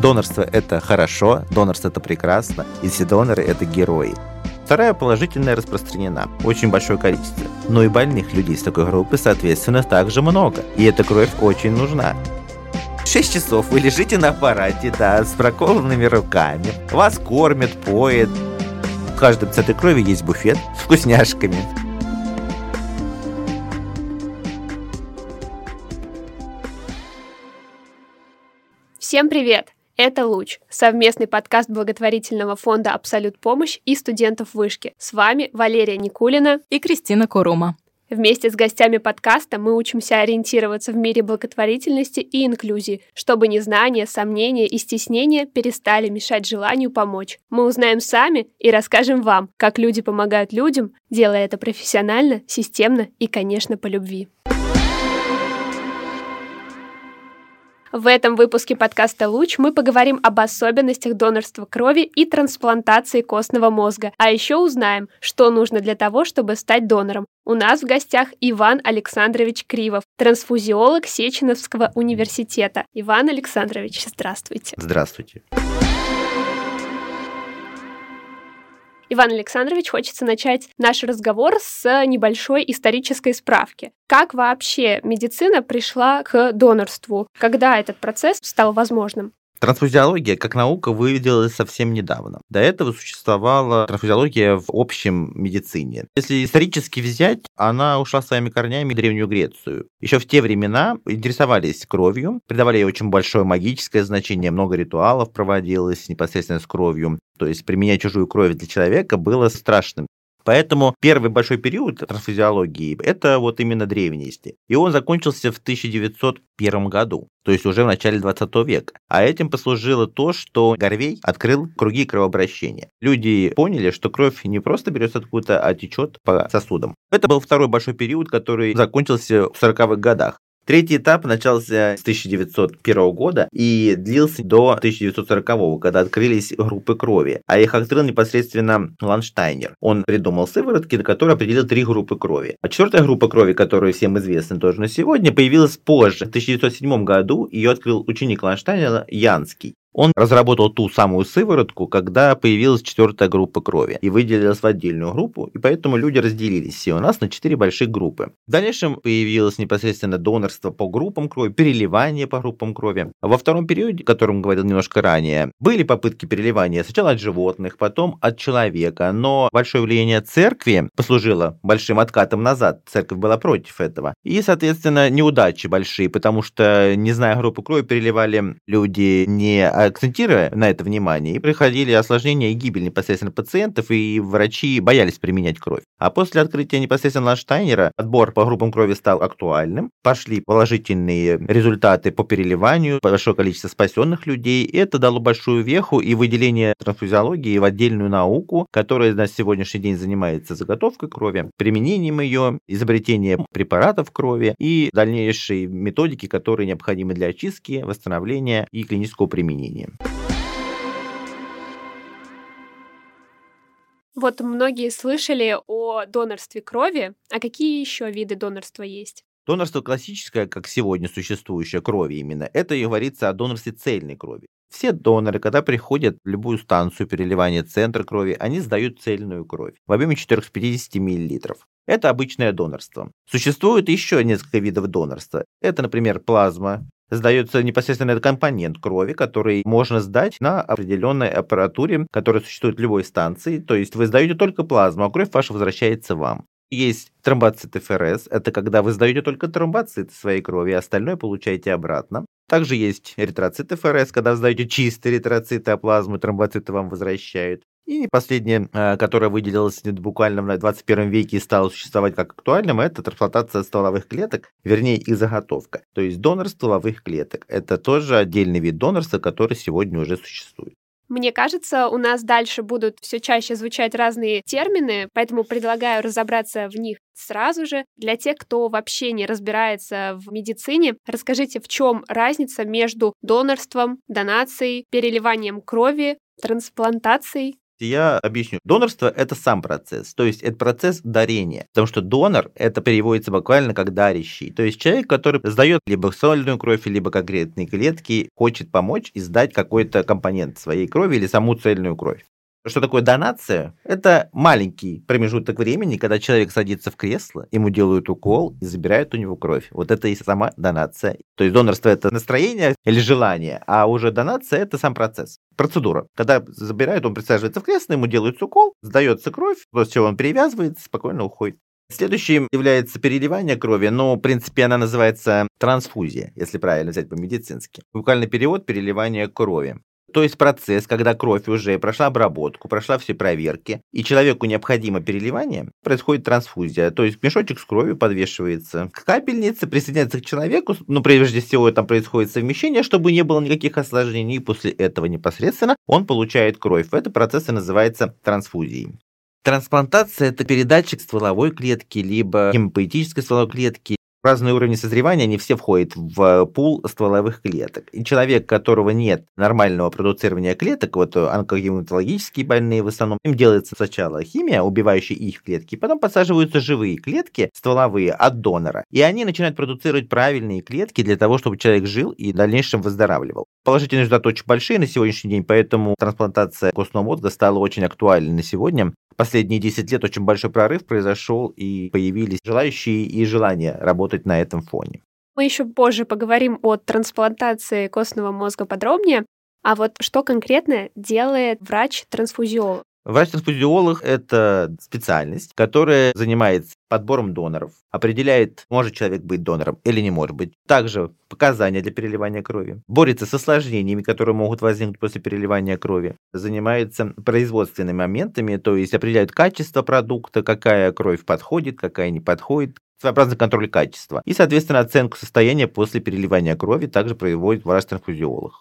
Донорство – это хорошо, донорство – это прекрасно, и все доноры – это герои. Вторая положительная распространена, очень большое количество. Но и больных людей с такой группы, соответственно, также много, и эта кровь очень нужна. 6 часов вы лежите на аппарате, с проколанными руками, вас кормят, поят. В каждом центре крови есть буфет с вкусняшками. Всем привет! Это «Луч» — совместный подкаст благотворительного фонда «Абсолют помощь» и студентов вышки. С вами Валерия Никулина и Кристина Курума. Вместе с гостями подкаста мы учимся ориентироваться в мире благотворительности и инклюзии, чтобы незнание, сомнения и стеснения перестали мешать желанию помочь. Мы узнаем сами и расскажем вам, как люди помогают людям, делая это профессионально, системно и, конечно, по любви. В этом выпуске подкаста «Луч» мы поговорим об особенностях донорства крови и трансплантации костного мозга, а еще узнаем, что нужно для того, чтобы стать донором. У нас в гостях Иван Александрович Кривов, трансфузиолог Сеченовского университета. Иван Александрович, здравствуйте. Здравствуйте. Иван Александрович, хочется начать наш разговор с небольшой исторической справки. Как вообще медицина пришла к донорству? Когда этот процесс стал возможным? Трансфузиология как наука выделилась совсем недавно. До этого существовала трансфузиология в общем медицине. Если исторически взять, она ушла своими корнями в Древнюю Грецию. Еще в те времена интересовались кровью, придавали ей очень большое магическое значение, много ритуалов проводилось непосредственно с кровью. То есть применять чужую кровь для человека было страшным. Поэтому первый большой период трансфузиологии – это вот именно древности. И он закончился в 1901 году, то есть уже в начале 20 века. А этим послужило то, что Гарвей открыл круги кровообращения. Люди поняли, что кровь не просто берется откуда-то, а течет по сосудам. Это был второй большой период, который закончился в 40-х годах. Третий этап начался с 1901 года и длился до 1940-го, когда открылись группы крови. А их открыл непосредственно Ландштайнер. Он придумал сыворотки, которые определил 3 группы крови. А 4-я группа крови, которая всем известна тоже на сегодня, появилась позже. В 1907 году ее открыл ученик Ландштайнера Янский. Он разработал ту самую сыворотку, когда появилась 4-я группа крови и выделилась в отдельную группу, и поэтому люди разделились все у нас на 4 больших группы. В дальнейшем появилось непосредственно донорство по группам крови, переливание по группам крови. Во втором периоде, о котором говорил немножко ранее, были попытки переливания сначала от животных, потом от человека, но большое влияние церкви послужило большим откатом назад. Церковь была против этого. И, соответственно, неудачи большие, потому что, не зная группы крови, переливали люди не акцентируя на это внимание, и приходили осложнения и гибель непосредственно пациентов, и врачи боялись применять кровь. А после открытия непосредственно Ландштайнера отбор по группам крови стал актуальным, пошли положительные результаты по переливанию, большое количество спасенных людей, и это дало большую веху и выделение трансфузиологии в отдельную науку, которая на сегодняшний день занимается заготовкой крови, применением ее, изобретением препаратов крови и дальнейшей методики, которые необходимы для очистки, восстановления и клинического применения. Вот многие слышали о донорстве крови, а какие еще виды донорства есть? Донорство классическое, как сегодня существующее крови именно, это и говорится о донорстве цельной крови. Все доноры, когда приходят в любую станцию переливания центра крови, они сдают цельную кровь в объеме 450 мл. Это обычное донорство. Существует еще несколько видов донорства. Это, например, плазма. Сдается непосредственно этот компонент крови, который можно сдать на определенной аппаратуре, которая существует в любой станции. То есть вы сдаете только плазму, а кровь ваша возвращается вам. Есть тромбоциты ФРС, это когда вы сдаете только тромбоциты своей крови, а остальное получаете обратно. Также есть эритроциты ФРС, когда вы сдаете чистые эритроциты, а плазму и тромбоциты вам возвращают. И последнее, которое выделилось буквально в 21 веке и стало существовать как актуальным, это трансплантация стволовых клеток, вернее их заготовка. То есть донор стволовых клеток. Это тоже отдельный вид донорства, который сегодня уже существует. Мне кажется, у нас дальше будут все чаще звучать разные термины, поэтому предлагаю разобраться в них сразу же. Для тех, кто вообще не разбирается в медицине, расскажите, в чем разница между донорством, донацией, переливанием крови, трансплантацией? Я объясню. Донорство – это сам процесс, то есть это процесс дарения, потому что донор – это переводится буквально как дарящий, то есть человек, который сдает либо сольную кровь, либо конкретные клетки, хочет помочь и сдать какой-то компонент своей крови или саму цельную кровь. Что такое донация? Это маленький промежуток времени, когда человек садится в кресло, ему делают укол и забирают у него кровь. Вот это и сама донация. То есть донорство – это настроение или желание, а уже донация – это сам процесс. Процедура. Когда забирают, он присаживается в кресло, ему делают укол, сдается кровь, после чего он перевязывается, спокойно уходит. Следующим является переливание крови, но, в принципе, она называется трансфузия, если правильно взять по-медицински. Буквальный перевод – переливание крови. То есть процесс, когда кровь уже прошла обработку, прошла все проверки, и человеку необходимо переливание, происходит трансфузия. То есть мешочек с кровью подвешивается к капельнице, присоединяется к человеку, но прежде всего там происходит совмещение, чтобы не было никаких осложнений, и после этого непосредственно он получает кровь. Этот процесс и называется трансфузией. Трансплантация – это передатчик стволовой клетки, либо гемопоэтической стволовой клетки. Разные уровни созревания, они все входят в пул стволовых клеток. И человек, у которого нет нормального продуцирования клеток, вот онкогематологические больные в основном, им делается сначала химия, убивающая их клетки, потом подсаживаются живые клетки стволовые от донора, и они начинают продуцировать правильные клетки для того, чтобы человек жил и в дальнейшем выздоравливал. Положительные результаты очень большие на сегодняшний день, поэтому трансплантация костного мозга стала очень актуальной на сегодня. Последние 10 лет очень большой прорыв произошел, и появились желающие и желание работать на этом фоне. Мы еще позже поговорим о трансплантации костного мозга подробнее. А вот что конкретно делает врач-трансфузиолог? Врач-трансфузиолог – это специальность, которая занимается подбором доноров, определяет, может человек быть донором или не может быть. Также показания для переливания крови, борется с осложнениями, которые могут возникнуть после переливания крови, занимается производственными моментами, то есть определяет качество продукта, какая кровь подходит, какая не подходит, своеобразный контроль качества. И, соответственно, оценку состояния после переливания крови также проводит врач-трансфузиолог.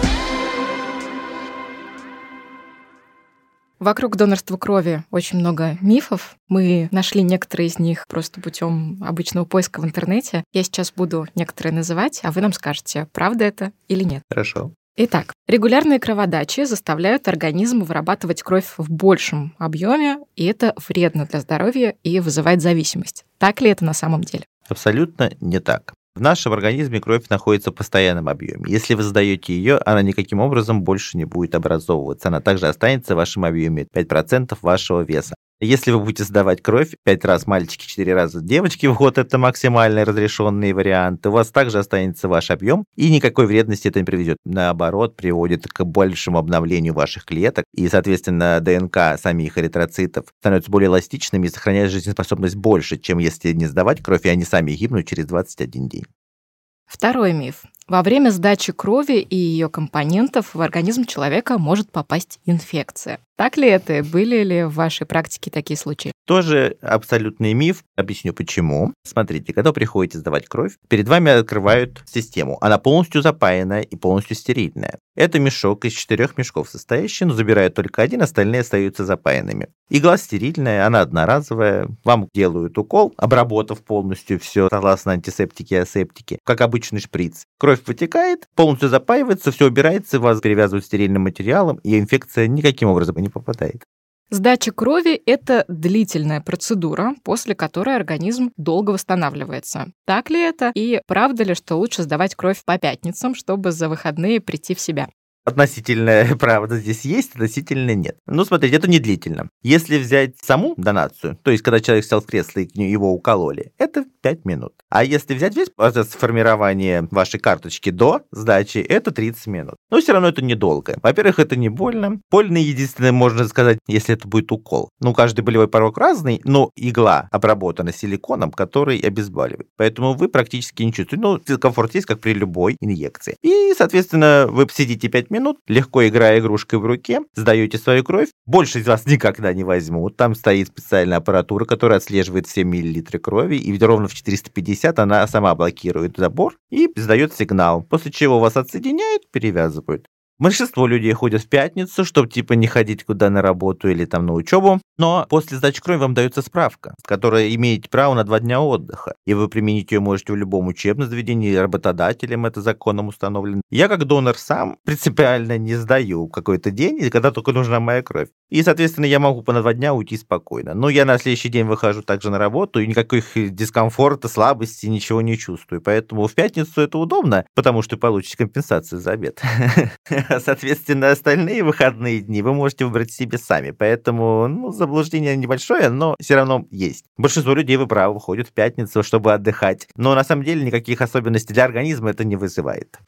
Вокруг донорства крови очень много мифов. Мы нашли некоторые из них просто путем обычного поиска в интернете. Я сейчас буду некоторые называть, а вы нам скажете, правда это или нет. Хорошо. Итак, регулярные кроводачи заставляют организм вырабатывать кровь в большем объеме, и это вредно для здоровья и вызывает зависимость. Так ли это на самом деле? Абсолютно не так. В нашем организме кровь находится в постоянном объеме. Если вы сдаете ее, она никаким образом больше не будет образовываться. Она также останется в вашем объеме 5% вашего веса. Если вы будете сдавать кровь 5 раз мальчики, 4 раза девочки, вот это максимально разрешенные варианты, у вас также останется ваш объем, и никакой вредности это не приведет. Наоборот, приводит к большему обновлению ваших клеток, и, соответственно, ДНК самих эритроцитов становятся более эластичными и сохраняют жизнеспособность больше, чем если не сдавать кровь, и они сами гибнут через 21 день. Второй миф. Во время сдачи крови и ее компонентов в организм человека может попасть инфекция. Так ли это? Были ли в вашей практике такие случаи? Тоже абсолютный миф. Объясню почему. Смотрите, когда вы приходите сдавать кровь, перед вами открывают систему. Она полностью запаянная и полностью стерильная. Это мешок из 4 мешков состоящий, но забирают только один, остальные остаются запаянными. Игла стерильная, она одноразовая. Вам делают укол, обработав полностью все согласно антисептике и асептике, как обычный шприц. Кровь вытекает, полностью запаивается, все убирается, вас перевязывают стерильным материалом, и инфекция никаким образом не попадает. Сдача крови – это длительная процедура, после которой организм долго восстанавливается. Так ли это? И правда ли, что лучше сдавать кровь по пятницам, чтобы за выходные прийти в себя? Относительная правда здесь есть, относительно нет. Ну, смотрите, это не длительно. Если взять саму донацию, то есть, когда человек сел в кресло и его укололи, это 5 минут. А если взять весь процесс формирования вашей карточки до сдачи, это 30 минут. Но все равно это недолго. Во-первых, это не больно. Больно единственное, можно сказать, если это будет укол. Ну, каждый болевой порог разный, но игла обработана силиконом, который обезболивает. Поэтому вы практически не чувствуете. Ну, дискомфорт есть, как при любой инъекции. И, соответственно, вы сидите 5 минут, легко играя игрушкой в руке, сдаете свою кровь. Больше из вас никогда не возьмут. Там стоит специальная аппаратура, которая отслеживает все миллилитры крови, и ровно в 450 она сама блокирует забор и сдает сигнал, после чего вас отсоединяют, перевязывают. Большинство людей ходят в пятницу, чтобы не ходить куда на работу или на учебу. Но после сдачи крови вам дается справка, которая имеет право на 2 дня отдыха. И вы применить ее можете в любом учебном заведении, работодателем это законом установлено. Я как донор сам принципиально не сдаю какой-то день, когда только нужна моя кровь. И, соответственно, я могу на 2 дня уйти спокойно. Но я на следующий день выхожу также на работу, и никаких дискомфорта, слабости, ничего не чувствую. Поэтому в пятницу это удобно, потому что получите компенсацию за обед. Соответственно, остальные выходные дни вы можете выбрать себе сами. Поэтому, заблуждение небольшое, но все равно есть. Большинство людей, вы правы, ходят в пятницу, чтобы отдыхать. Но на самом деле никаких особенностей для организма это не вызывает.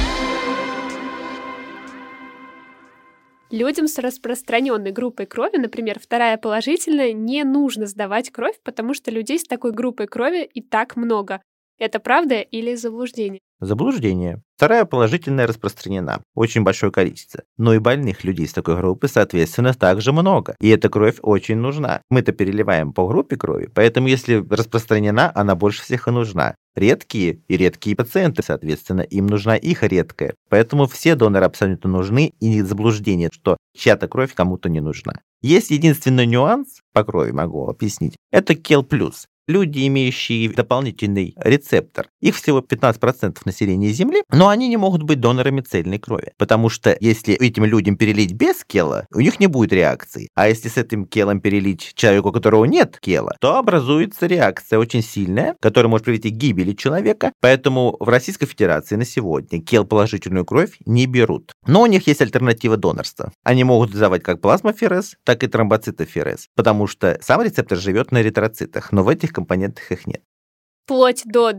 Людям с распространенной группой крови, например, 2 положительная, не нужно сдавать кровь, потому что людей с такой группой крови и так много. Это правда или заблуждение? Заблуждение. 2 положительная распространена. Очень большое количество. Но и больных людей с такой группы, соответственно, также много. И эта кровь очень нужна. Мы-то переливаем по группе крови, поэтому если распространена, она больше всех и нужна. Редкие пациенты, соответственно, им нужна их редкая. Поэтому все доноры абсолютно нужны, и нет заблуждения, что чья-то кровь кому-то не нужна. Есть единственный нюанс по крови, могу объяснить. Это КЕЛ+. Люди, имеющие дополнительный рецептор, их всего 15% населения Земли, но они не могут быть донорами цельной крови, потому что если этим людям перелить без кела, у них не будет реакции. А если с этим келом перелить человеку, у которого нет кела, то образуется реакция очень сильная, которая может привести к гибели человека. Поэтому в Российской Федерации на сегодня кел-положительную кровь не берут. Но у них есть альтернатива донорства. Они могут сдавать как плазмоферез, так и тромбоцитоферез, потому что сам рецептор живет на эритроцитах, но в этих компонентах их нет. Вплоть до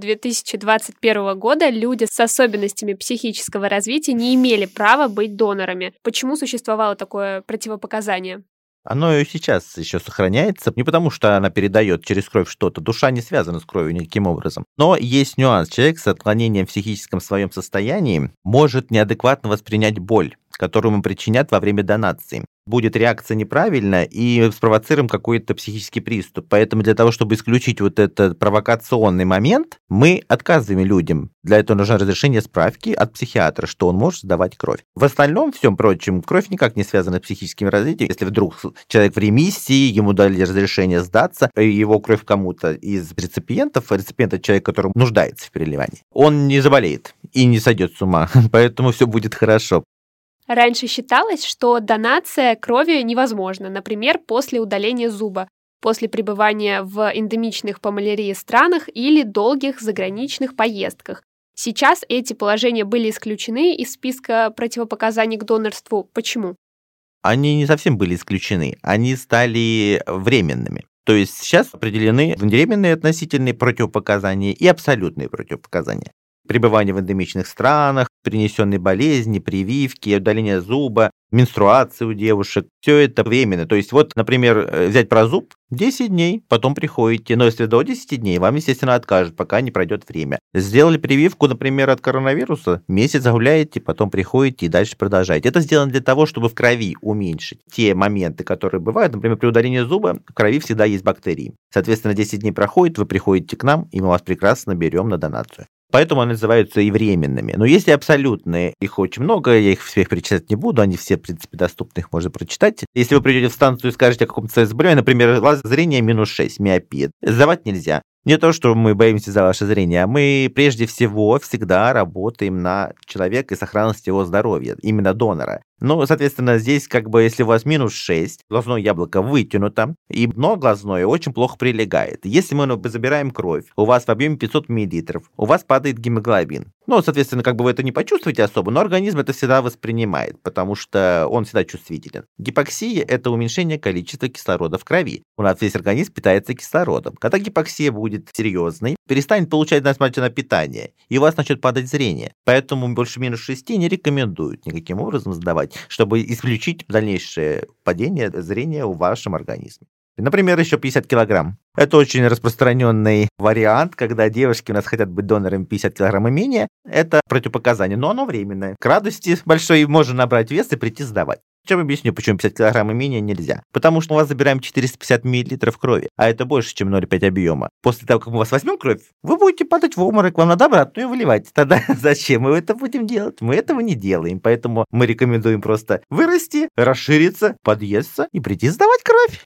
2021 года люди с особенностями психического развития не имели права быть донорами. Почему существовало такое противопоказание? Оно и сейчас еще сохраняется, не потому что она передает через кровь что-то, душа не связана с кровью никаким образом. Но есть нюанс. Человек с отклонением в психическом своем состоянии может неадекватно воспринять боль, которую ему причинят во время донации. Будет реакция неправильная и спровоцируем какой-то психический приступ. Поэтому для того, чтобы исключить вот этот провокационный момент, мы отказываем людям. Для этого нужно разрешение справки от психиатра, что он может сдавать кровь. В остальном, всем прочем, кровь никак не связана с психическим развитием. Если вдруг человек в ремиссии, ему дали разрешение сдаться, его кровь кому-то из реципиентов, реципиент — это человек, который нуждается в переливании, он не заболеет и не сойдет с ума, поэтому все будет хорошо. Раньше считалось, что донация крови невозможна, например, после удаления зуба, после пребывания в эндемичных по малярии странах или долгих заграничных поездках. Сейчас эти положения были исключены из списка противопоказаний к донорству. Почему? Они не совсем были исключены, они стали временными. То есть сейчас определены временные относительные противопоказания и абсолютные противопоказания. Пребывание в эндемичных странах, перенесенные болезни, прививки, удаление зуба, менструация у девушек. Все это временно. То есть например, взять про зуб, 10 дней, потом приходите. Но если до 10 дней, вам, естественно, откажут, пока не пройдет время. Сделали прививку, например, от коронавируса, месяц гуляете, потом приходите и дальше продолжаете. Это сделано для того, чтобы в крови уменьшить те моменты, которые бывают. Например, при удалении зуба в крови всегда есть бактерии. Соответственно, 10 дней проходит, вы приходите к нам, и мы вас прекрасно берем на донацию. Поэтому они называются и временными. Но есть и абсолютные, их очень много, я их всех перечислять не буду, они все, в принципе, доступны, их можно прочитать. Если вы придете в станцию и скажете о каком-то своем заболевании, например, зрение -6, миопия, сдавать нельзя. Не то, что мы боимся за ваше зрение, а мы прежде всего всегда работаем на человека и сохранность его здоровья, именно донора. Ну, соответственно, здесь если у вас -6, глазное яблоко вытянуто, и дно глазное очень плохо прилегает. Если мы забираем кровь, у вас в объеме 500 мл, у вас падает гемоглобин. Ну, соответственно, вы это не почувствуете особо, но организм это всегда воспринимает, потому что он всегда чувствителен. Гипоксия — это уменьшение количества кислорода в крови. У нас весь организм питается кислородом. Когда гипоксия будет серьезной, перестанет получать на питание, и у вас начнет падать зрение. Поэтому больше -6 не рекомендуют никаким образом сдавать, чтобы исключить дальнейшее падение зрения в вашем организме. Например, еще 50 килограмм. Это очень распространенный вариант, когда девушки у нас хотят быть донорами 50 килограмм и менее. Это противопоказание, но оно временное. К радости большой можно набрать вес и прийти сдавать. Чем объясню, почему 50 килограмм и менее нельзя. Потому что мы у вас забираем 450 миллилитров крови, а это больше, чем 0,5 объема. После того, как мы у вас возьмем кровь, вы будете падать в обморок, вам надо обратно ее выливать. Тогда зачем мы это будем делать? Мы этого не делаем, поэтому мы рекомендуем просто вырасти, расшириться, подъесться и прийти сдавать кровь.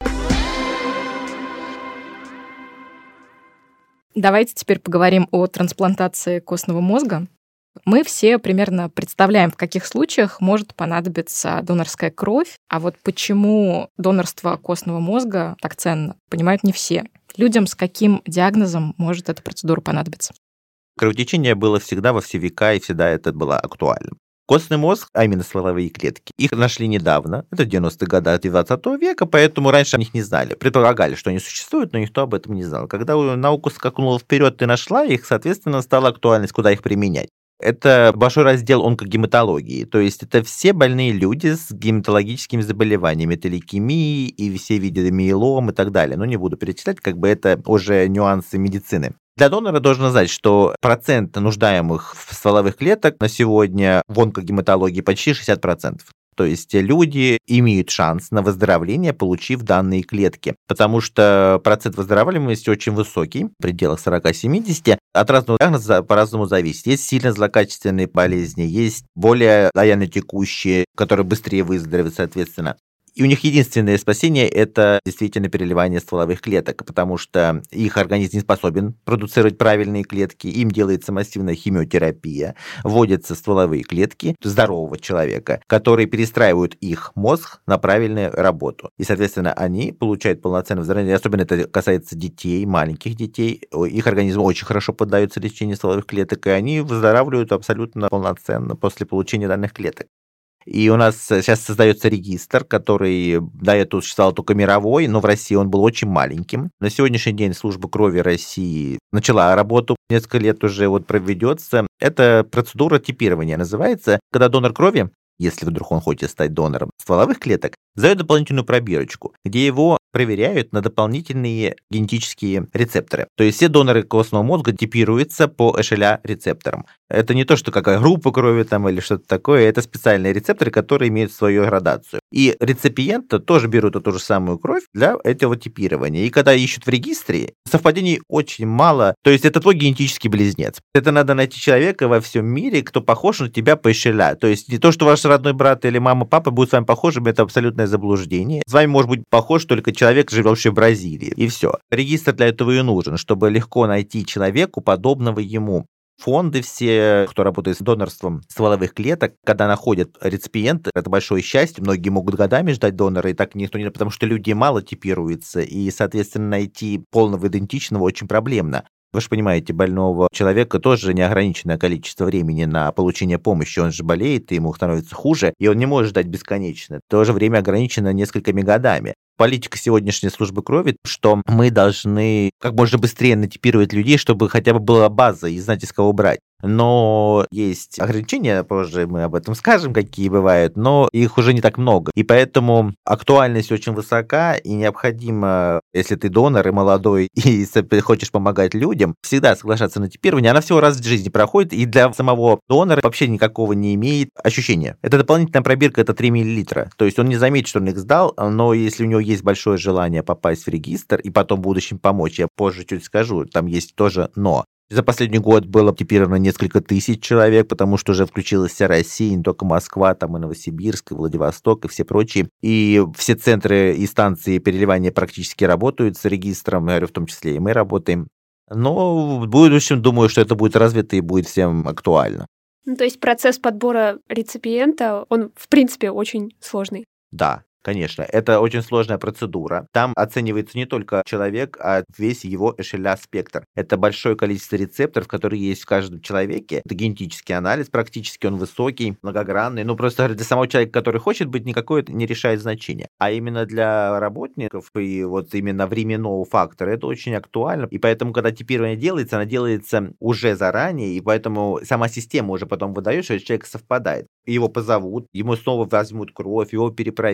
Давайте теперь поговорим о трансплантации костного мозга. Мы все примерно представляем, в каких случаях может понадобиться донорская кровь, а вот почему донорство костного мозга так ценно, понимают не все. Людям с каким диагнозом может эта процедура понадобиться? Кровотечение было всегда во все века, и всегда это было актуально. Костный мозг, а именно стволовые клетки, их нашли недавно, это 90-е годы 20 века, поэтому раньше о них не знали. Предполагали, что они существуют, но никто об этом не знал. Когда наука скакнула вперед и нашла их, соответственно, стала актуальность, куда их применять. Это большой раздел онкогематологии, то есть это все больные люди с гематологическими заболеваниями, это лейкемии и все виды миелом и так далее. Но не буду перечислять, это уже нюансы медицины. Для донора должен знать, что процент нуждаемых в стволовых клеток на сегодня в онкогематологии почти 60%. То есть люди имеют шанс на выздоровление, получив данные клетки, потому что процент выздоравливаемости очень высокий, в пределах 40-70. От разного диагноза по-разному зависит. Есть сильно злокачественные болезни, есть более лояльно текущие, которые быстрее выздоровеют, соответственно. И у них единственное спасение – это действительно переливание стволовых клеток, потому что их организм не способен продуцировать правильные клетки, им делается массивная химиотерапия, вводятся стволовые клетки здорового человека, которые перестраивают их мозг на правильную работу. И, соответственно, они получают полноценное выздоровление, особенно это касается детей, маленьких детей. Их организм очень хорошо поддается лечению стволовых клеток, и они выздоравливают абсолютно полноценно после получения данных клеток. И у нас сейчас создается регистр, который до этого существовал только мировой, но в России он был очень маленьким. На сегодняшний день служба крови России начала работу, несколько лет уже проведется. Это процедура типирования называется, когда донор крови, если вдруг он хочет стать донором стволовых клеток, сдает дополнительную пробирочку, где его проверяют на дополнительные генетические рецепторы. То есть все доноры костного мозга типируются по HLA-рецепторам. Это не то, что какая группа крови или что-то такое, это специальные рецепторы, которые имеют свою градацию. И реципиенты тоже берут эту же самую кровь для этого типирования. И когда ищут в регистре, совпадений очень мало. То есть это твой генетический близнец. Это надо найти человека во всем мире, кто похож на тебя по HLA. То есть не то, что ваш родной брат или мама, папа будут с вами похожими, это абсолютное заблуждение. С вами может быть похож только человек, живущий в Бразилии. И все. Регистр для этого и нужен, чтобы легко найти человеку, подобного ему. Фонды все, кто работает с донорством стволовых клеток, когда находят реципиента, это большое счастье. Многие могут годами ждать донора, и так никто не... Потому что люди мало типируются, и, соответственно, найти полного идентичного очень проблемно. Вы же понимаете, больного человека тоже неограниченное количество времени на получение помощи. Он же болеет, и ему становится хуже, и он не может ждать бесконечно. В то же время ограничено несколькими годами. Политика сегодняшней службы крови, что мы должны как можно быстрее натипировать людей, чтобы хотя бы была база и знать, из кого брать. Но есть ограничения, позже мы об этом скажем, какие бывают, но их уже не так много. И поэтому актуальность очень высока, и необходимо, если ты донор и молодой, и хочешь помогать людям, всегда соглашаться на типирование. Она всего раз в жизни проходит, и для самого донора вообще никакого не имеет ощущения. Это дополнительная пробирка, это 3 мл. То есть он не заметит, что он их сдал, но если у него есть большое желание попасть в регистр и потом в будущем помочь, я позже чуть скажу, там есть тоже «но». За последний год было типировано несколько тысяч человек, потому что уже включилась вся Россия, не только Москва, там и Новосибирск, и Владивосток, и все прочие. И все центры и станции переливания практически работают с регистром, я говорю, в том числе и мы работаем. Но в будущем, думаю, что это будет развито и будет всем актуально. То есть процесс подбора реципиента, он, в принципе, очень сложный. Да. Конечно, это очень сложная процедура. Там оценивается не только человек, а весь его HLA-спектр. Это большое количество рецепторов, которые есть в каждом человеке. Это генетический анализ, практически он высокий, многогранный. Просто для самого человека, который хочет быть, никакое это не решает значения. А именно для работников и именно временного фактора это очень актуально. И поэтому, когда типирование делается, оно делается уже заранее, и поэтому сама система уже потом выдает, что человек совпадает. Его позовут, ему снова возьмут кровь, его перепроверят.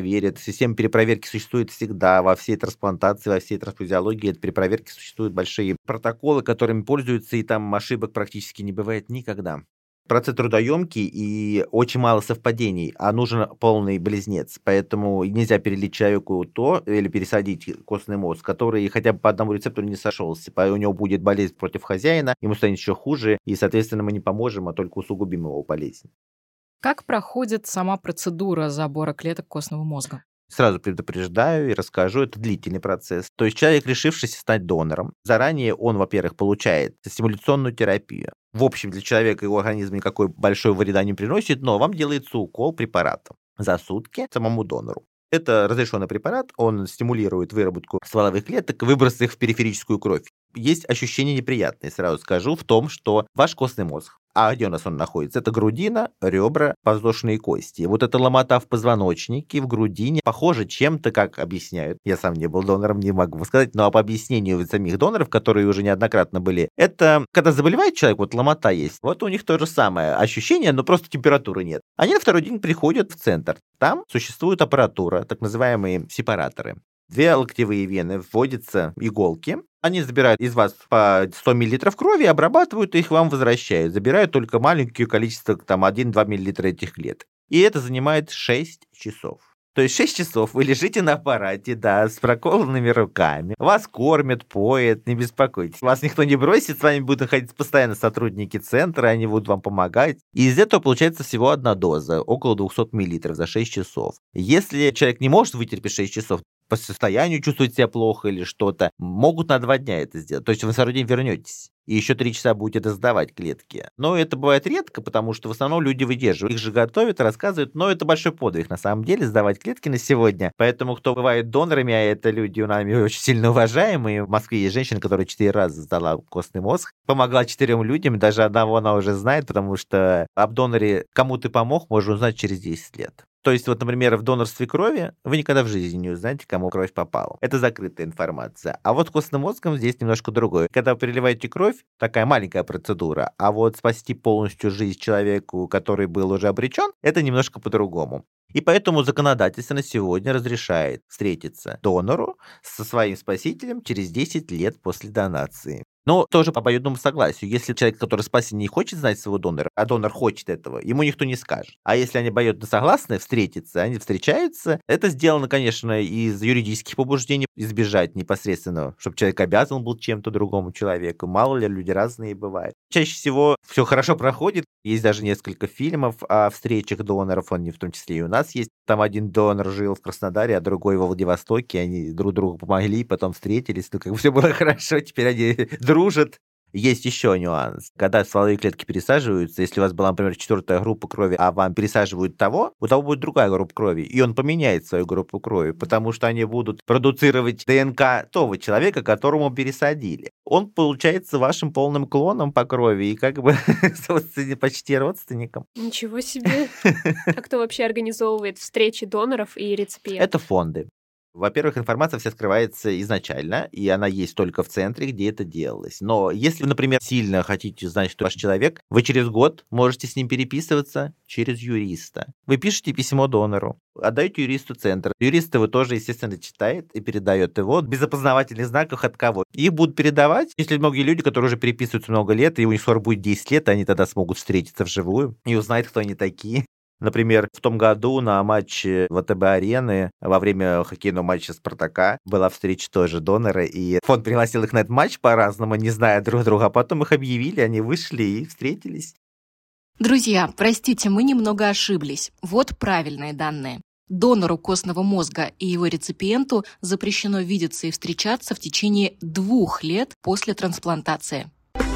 Система перепроверки существует всегда во всей трансплантации, во всей трансфузиологии. При проверке существуют большие протоколы, которыми пользуются, и там ошибок практически не бывает никогда. Процесс трудоемкий и очень мало совпадений, а нужен полный близнец. Поэтому нельзя перелить человеку то или пересадить костный мозг, который хотя бы по одному рецептору не сошелся. У него будет болезнь против хозяина, ему станет еще хуже, и, соответственно, мы не поможем, а только усугубим его болезнь. Как проходит сама процедура забора клеток костного мозга? Сразу предупреждаю и расскажу, это длительный процесс. То есть человек, решившийся стать донором, заранее он, во-первых, получает стимуляционную терапию. В общем, для человека его организм никакой большой вреда не приносит, но вам делается укол препаратом за сутки самому донору. Это разрешенный препарат, он стимулирует выработку стволовых клеток, выброс их в периферическую кровь. Есть ощущение неприятное, сразу скажу, в том, что ваш костный мозг, а где у нас он находится? Это грудина, ребра, подвздошные кости. Вот эта ломота в позвоночнике, в грудине, похоже чем-то, как объясняют. Я сам не был донором, не могу сказать, но по объяснению самих доноров, которые уже неоднократно были, это когда заболевает человек, вот ломота есть, вот у них то же самое ощущение, но просто температуры нет. Они на второй день приходят в центр. Там существует аппаратура, так называемые сепараторы. 2 локтевые вены, вводятся иголки, они забирают из вас по 100 мл крови, обрабатывают и их вам возвращают. Забирают только маленькое количество, там 1-2 мл этих клеток. И это занимает 6 часов. То есть 6 часов вы лежите на аппарате, да, с проколанными руками. Вас кормят, поят, не беспокойтесь. Вас никто не бросит, с вами будут находиться постоянно сотрудники центра, они будут вам помогать. И из этого получается всего одна доза, около 200 мл за 6 часов. Если человек не может вытерпеть 6 часов, по состоянию чувствует себя плохо или что-то, могут на 2 дня это сделать. То есть вы на второй день вернетесь. И еще 3 часа будете сдавать клетки. Но это бывает редко, потому что в основном люди выдерживают. Их же готовят, рассказывают, но это большой подвиг на самом деле, сдавать клетки на сегодня. Поэтому кто бывает донорами, а это люди у нами очень сильно уважаемые. В Москве есть женщина, которая 4 раза сдала костный мозг, помогла 4 людям, даже одного она уже знает, потому что об доноре кому ты помог, можно узнать через 10 лет. То есть, вот, например, в донорстве крови вы никогда в жизни не узнаете, кому кровь попала. Это закрытая информация. А вот костным мозгом здесь немножко другое. Когда вы переливаете кровь, такая маленькая процедура, а вот спасти полностью жизнь человеку, который был уже обречен, это немножко по-другому. И поэтому законодательство на сегодня разрешает встретиться донору со своим спасителем через 10 лет после донации. Но тоже по обоюдному согласию. Если человек, который спасен, не хочет знать своего донора, а донор хочет этого, ему никто не скажет. А если они обоюдно согласны встретиться, они встречаются. Это сделано, конечно, из юридических побуждений, избежать непосредственно, чтобы человек обязан был чем-то другому человеку. Мало ли, люди разные бывают. Чаще всего все хорошо проходит. Есть даже несколько фильмов о встречах доноров, они в том числе и у нас есть. Там один донор жил в Краснодаре, а другой во Владивостоке. Они друг другу помогли, потом встретились. Ну, как бы все было хорошо, теперь они дружат. Есть еще нюанс. Когда стволовые клетки пересаживаются, если у вас была, например, 4-я группа крови, а вам пересаживают того, у того будет другая группа крови, и он поменяет свою группу крови, потому что они будут продуцировать ДНК того человека, которому пересадили. Он получается вашим полным клоном по крови и как бы почти родственником. Ничего себе. А кто вообще организовывает встречи доноров и реципиентов? Это фонды. Во-первых, информация вся скрывается изначально, и она есть только в центре, где это делалось. Но если вы, например, сильно хотите знать, что ваш человек, вы через год можете с ним переписываться через юриста. Вы пишете письмо донору, отдаете юристу центра. Юрист его тоже, естественно, читает и передает его без опознавательных знаков от кого. Их будут передавать, если многие люди, которые уже переписываются много лет, и у них скоро будет 10 лет, они тогда смогут встретиться вживую и узнать, кто они такие. Например, в том году на матче ВТБ-арены во время хоккейного матча «Спартака» была встреча тоже донора, и фонд пригласил их на этот матч по-разному, не зная друг друга, а потом их объявили, они вышли и встретились. Друзья, простите, мы немного ошиблись. Вот правильные данные. Донору костного мозга и его реципиенту запрещено видеться и встречаться в течение 2 лет после трансплантации.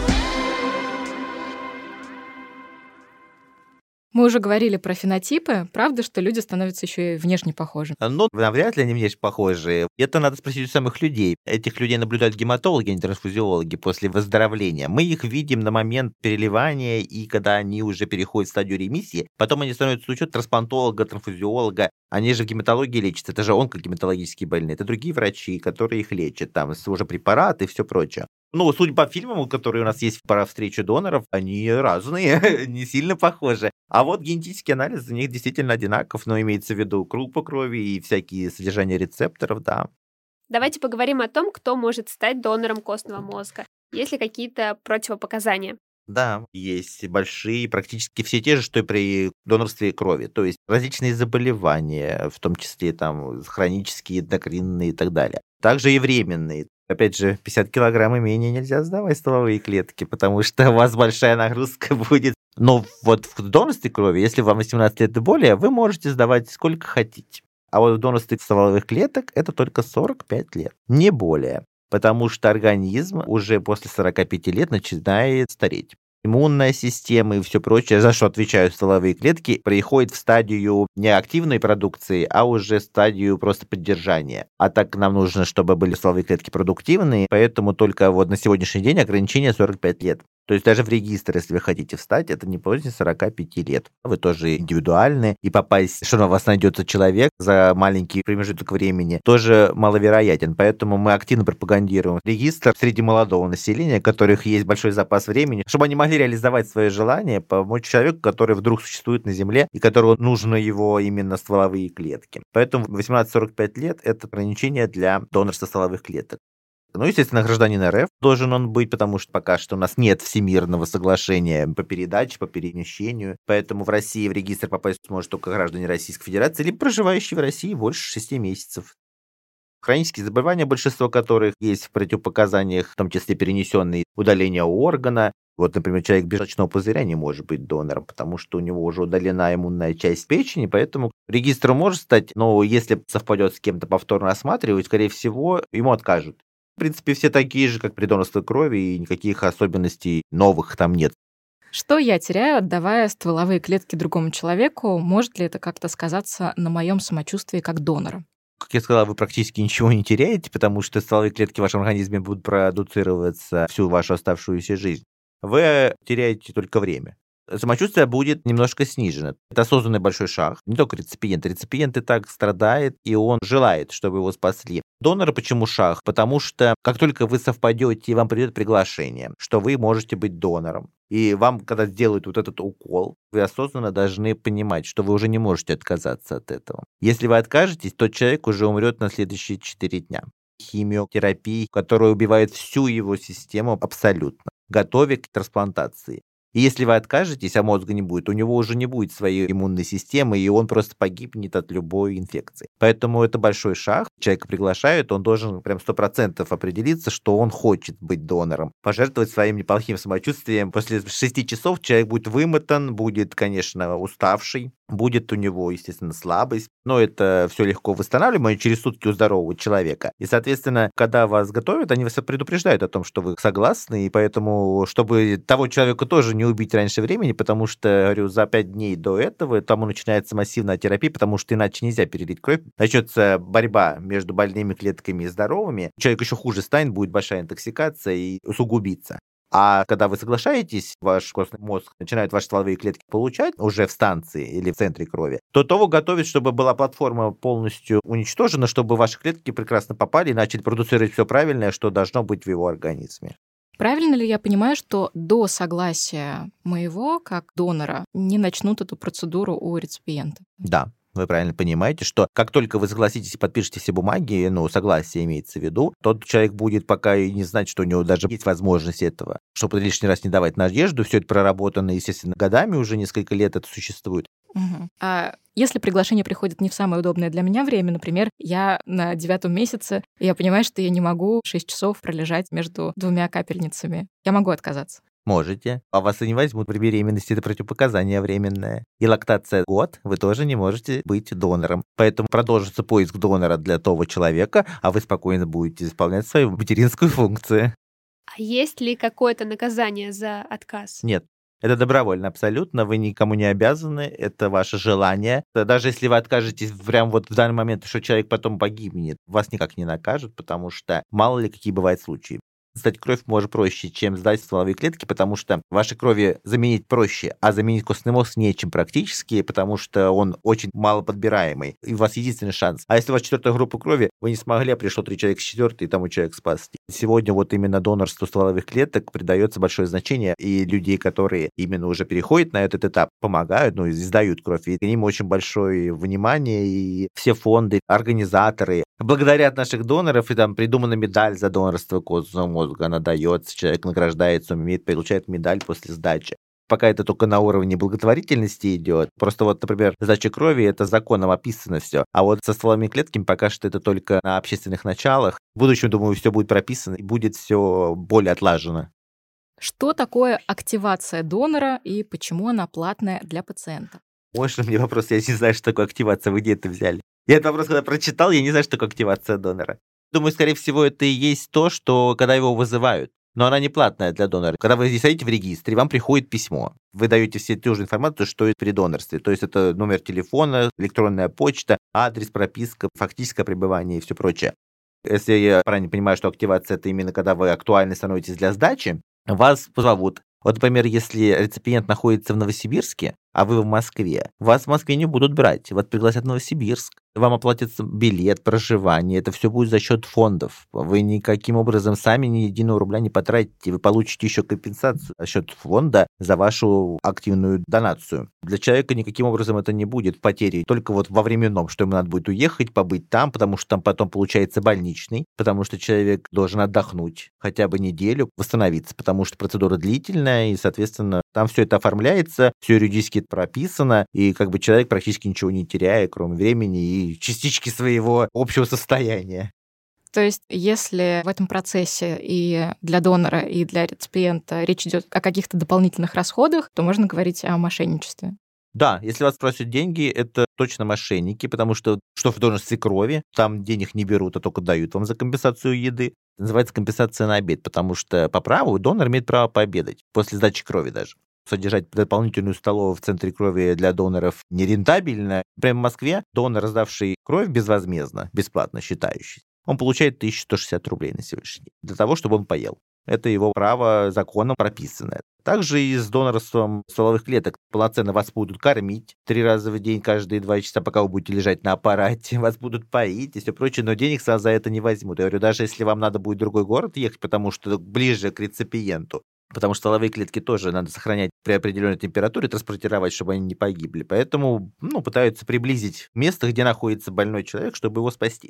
Мы уже говорили про фенотипы. Правда, что люди становятся еще и внешне похожи? Ну, навряд ли они внешне похожи. Это надо спросить у самых людей. Этих людей наблюдают гематологи, а не трансфузиологи после выздоровления. Мы их видим на момент переливания, и когда они уже переходят в стадию ремиссии, потом они становятся с учетом трансплантолога, трансфузиолога. Они же в гематологии лечатся. Это же онкогематологические больные. Это другие врачи, которые их лечат. Там уже препараты и все прочее. Ну, судя по фильмам, которые у нас есть про встречу доноров, они разные, не сильно похожи. А вот генетический анализ у них действительно одинаков, но имеется в виду группа крови и всякие содержания рецепторов, да. Давайте поговорим о том, кто может стать донором костного мозга. Есть ли какие-то противопоказания? Да, есть большие, практически все те же, что и при донорстве крови. То есть различные заболевания, в том числе там хронические, эндокринные и так далее. Также и временные. Опять же, 50 килограмм и менее нельзя сдавать стволовые клетки, потому что у вас большая нагрузка будет. Но вот в донорстве крови, если вам 18 лет и более, вы можете сдавать сколько хотите. А вот в донорстве стволовых клеток это только 45 лет, не более. Потому что организм уже после 45 лет начинает стареть. Иммунная система и все прочее, за что отвечают стволовые клетки, приходит в стадию не активной продукции, а уже стадию просто поддержания. А так нам нужно, чтобы были стволовые клетки продуктивные, поэтому только вот на сегодняшний день ограничение 45 лет. То есть даже в регистр, если вы хотите встать, это не позднее 45 лет. Вы тоже индивидуальны, и попасть, что на вас найдется человек за маленький промежуток времени, тоже маловероятен. Поэтому мы активно пропагандируем регистр среди молодого населения, у которых есть большой запас времени, чтобы они могли реализовать свои желания, помочь человеку, который вдруг существует на Земле, и которому нужны его именно стволовые клетки. Поэтому 18-45 лет – это ограничение для донорства стволовых клеток. Ну, естественно, гражданин РФ должен он быть, потому что пока что у нас нет всемирного соглашения по передаче, по перемещению. Поэтому в России в регистр попасть может только граждане Российской Федерации, либо проживающие в России больше 6 месяцев. Хронические заболевания, большинство которых есть в противопоказаниях, в том числе перенесенные удаление органа. Вот, например, человек без желчного пузыря не может быть донором, потому что у него уже удалена иммунная часть печени, поэтому регистр может стать, но если совпадет с кем-то повторно осматривать, скорее всего, ему откажут. В принципе, все такие же, как при донорстве крови, и никаких особенностей новых там нет. Что я теряю, отдавая стволовые клетки другому человеку? Может ли это как-то сказаться на моем самочувствии как донора? Как я сказал, вы практически ничего не теряете, потому что стволовые клетки в вашем организме будут продуцироваться всю вашу оставшуюся жизнь. Вы теряете только время. Самочувствие будет немножко снижено. Это осознанный большой шаг. Не только реципиент. Реципиент и так страдает, и он желает, чтобы его спасли. Донора почему шаг? Потому что как только вы совпадете, вам придет приглашение, что вы можете быть донором. И вам, когда сделают вот этот укол, вы осознанно должны понимать, что вы уже не можете отказаться от этого. Если вы откажетесь, то человек уже умрет на следующие 4 дня. Химиотерапия, которая убивает всю его систему абсолютно, готовя к трансплантации. И если вы откажетесь, а мозга не будет, у него уже не будет своей иммунной системы, и он просто погибнет от любой инфекции. Поэтому это большой шаг. Человека приглашают, он должен прям 100% определиться, что он хочет быть донором. Пожертвовать своим неплохим самочувствием. После 6 часов человек будет вымотан, будет, конечно, уставший, будет у него, естественно, слабость. Но это все легко восстанавливаемо через сутки у здорового человека. И, соответственно, когда вас готовят, они вас предупреждают о том, что вы согласны, и поэтому, чтобы того человека тоже не убить раньше времени, потому что, говорю, за 5 дней до этого тому начинается массивная терапия, потому что иначе нельзя перелить кровь. Начнется борьба между больными клетками и здоровыми. Человек еще хуже станет, будет большая интоксикация и усугубится. А когда вы соглашаетесь, ваш костный мозг начинает ваши стволовые клетки получать уже в станции или в центре крови, то того готовит, чтобы была платформа полностью уничтожена, чтобы ваши клетки прекрасно попали и начали продуцировать все правильное, что должно быть в его организме. Правильно ли я понимаю, что до согласия моего, как донора, не начнут эту процедуру у реципиента? Да. Вы правильно понимаете, что как только вы согласитесь и подпишете все бумаги, согласие имеется в виду, тот человек будет пока и не знать, что у него даже есть возможность этого. Чтобы лишний раз не давать надежду, все это проработано, естественно, годами, уже несколько лет это существует. Угу. А если приглашение приходит не в самое удобное для меня время, например, я на 9-м месяце, и я понимаю, что я не могу 6 часов пролежать между 2 капельницами, я могу отказаться? Можете. А вас и не возьмут при беременности, это противопоказание временное. И лактация год, вы тоже не можете быть донором. Поэтому продолжится поиск донора для того человека, а вы спокойно будете исполнять свою материнскую функцию. А есть ли какое-то наказание за отказ? Нет. Это добровольно абсолютно, вы никому не обязаны, это ваше желание. Даже если вы откажетесь прямо вот в данный момент, что человек потом погибнет, вас никак не накажут, потому что мало ли какие бывают случаи. Сдать кровь может проще, чем сдать стволовые клетки, потому что вашей крови заменить проще, а заменить костный мозг нечем практически, потому что он очень малоподбираемый, и у вас единственный шанс. А если у вас 4-я группа крови, вы не смогли, а пришло 3 человека с 4-й, и тому человек спасти. Сегодня вот именно донорству стволовых клеток придается большое значение, и людей, которые именно уже переходят на этот этап, помогают, и сдают кровь, и к ним очень большое внимание, и все фонды, организаторы благодарят наших доноров, и там придумана медаль за донорство костного мозга, она дается, человек награждается, получает медаль после сдачи. Пока это только на уровне благотворительности идет. Просто вот, например, сдача крови — это законом описано все. А вот со стволовыми клетками пока что это только на общественных началах. В будущем, думаю, все будет прописано и будет все более отлажено. Что такое активация донора и почему она платная для пациента? Можно мне вопрос? Я не знаю, что такое активация. Вы где это взяли? Я этот вопрос когда прочитал, я не знаю, что такое активация донора. Думаю, скорее всего, это и есть то, что когда его вызывают. Но она не платная для донора. Когда вы стоите в регистре, вам приходит письмо. Вы даете все ту же информацию, что и при донорстве. То есть это номер телефона, электронная почта, адрес, прописка, фактическое пребывание и все прочее. Если я правильно понимаю, что активация — это именно когда вы актуальны становитесь для сдачи, вас позовут. Вот, например, если реципиент находится в Новосибирске, а вы в Москве, вас в Москве не будут брать, вас пригласят в Новосибирск. Вам оплатится билет, проживание, это все будет за счет фондов. Вы никаким образом сами ни единого рубля не потратите, вы получите еще компенсацию за счет фонда за вашу активную донацию. Для человека никаким образом это не будет потери, только вот во временном, что ему надо будет уехать, побыть там, потому что там потом получается больничный, потому что человек должен отдохнуть хотя бы неделю, восстановиться, потому что процедура длительная, и, соответственно, там все это оформляется, все юридически прописано, и как бы человек практически ничего не теряя, кроме времени и частички своего общего состояния. То есть, если в этом процессе и для донора, и для реципиента речь идет о каких-то дополнительных расходах, то можно говорить о мошенничестве. Да, если вас просят деньги, это точно мошенники, потому что в донорстве крови, там денег не берут, а только дают вам за компенсацию еды. Называется компенсация на обед, потому что по праву донор имеет право пообедать, после сдачи крови даже. Содержать дополнительную столовую в центре крови для доноров нерентабельно. Прямо в Москве донор, сдавший кровь безвозмездно, бесплатно считающий, он получает 1160 рублей на сегодняшний день для того, чтобы он поел. Это его право законом прописанное. Также и с донорством стволовых клеток полноценно вас будут кормить 3 раза в день, каждые 2 часа, пока вы будете лежать на аппарате, вас будут поить и все прочее, но денег сразу за это не возьмут. Я говорю, даже если вам надо будет в другой город ехать, потому что ближе к реципиенту, потому что стволовые клетки тоже надо сохранять при определенной температуре, транспортировать, чтобы они не погибли. Поэтому пытаются приблизить место, где находится больной человек, чтобы его спасти.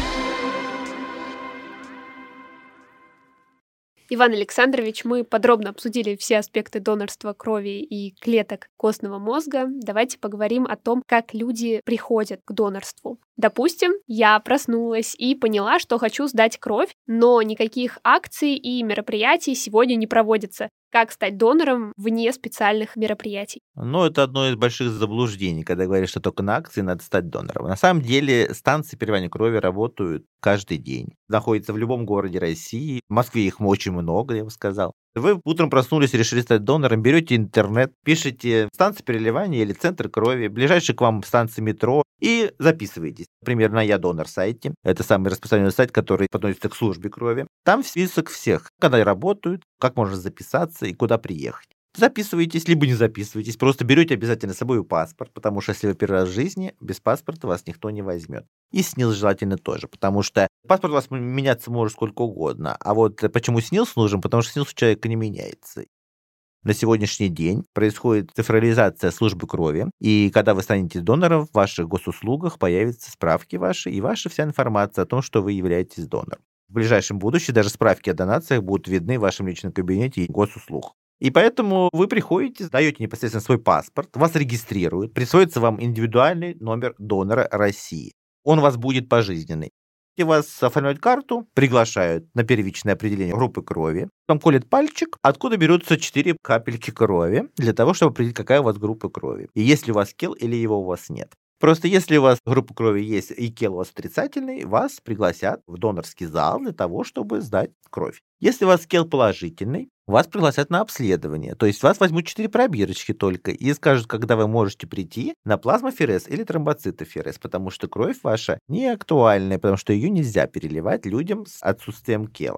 Иван Александрович, мы подробно обсудили все аспекты донорства крови и клеток костного мозга. Давайте поговорим о том, как люди приходят к донорству. Допустим, я проснулась и поняла, что хочу сдать кровь, но никаких акций и мероприятий сегодня не проводится. Как стать донором вне специальных мероприятий? Это одно из больших заблуждений, когда говорят, что только на акции надо стать донором. На самом деле станции переливания крови работают каждый день. Находятся в любом городе России. В Москве их очень много, я бы сказал. Вы утром проснулись, решили стать донором, берете интернет, пишете станция переливания или центр крови, ближайший к вам станция метро и записываетесь. Например, на «Я донор» сайте. Это самый распространенный сайт, который относится к службе крови. Там список всех, когда работают, как можно записаться и куда приехать. Записываетесь, либо не записываетесь, просто берете обязательно с собой паспорт, потому что если вы первый раз в жизни, без паспорта вас никто не возьмет. И СНИЛС желательно тоже, потому что паспорт у вас меняться может сколько угодно. А вот почему СНИЛС нужен? Потому что СНИЛС у человека не меняется. На сегодняшний день происходит цифровизация службы крови, и когда вы станете донором, в ваших госуслугах появятся справки ваши и ваша вся информация о том, что вы являетесь донором. В ближайшем будущем даже справки о донациях будут видны в вашем личном кабинете и госуслуг. И поэтому вы приходите, сдаете непосредственно свой паспорт, вас регистрируют, присвоится вам индивидуальный номер донора России. Он у вас будет пожизненный. И вас оформляют карту, приглашают на первичное определение группы крови, там колет пальчик, откуда берутся 4 капельки крови для того, чтобы определить, какая у вас группа крови. И есть ли у вас КЕЛ или его у вас нет. Просто если у вас группа крови есть и КЕЛ у вас отрицательный, вас пригласят в донорский зал для того, чтобы сдать кровь. Если у вас КЕЛ положительный, вас пригласят на обследование. То есть вас возьмут 4 пробирочки только и скажут, когда вы можете прийти на плазмоферез или тромбоцитоферез, потому что кровь ваша не актуальная, потому что ее нельзя переливать людям с отсутствием КЕЛа.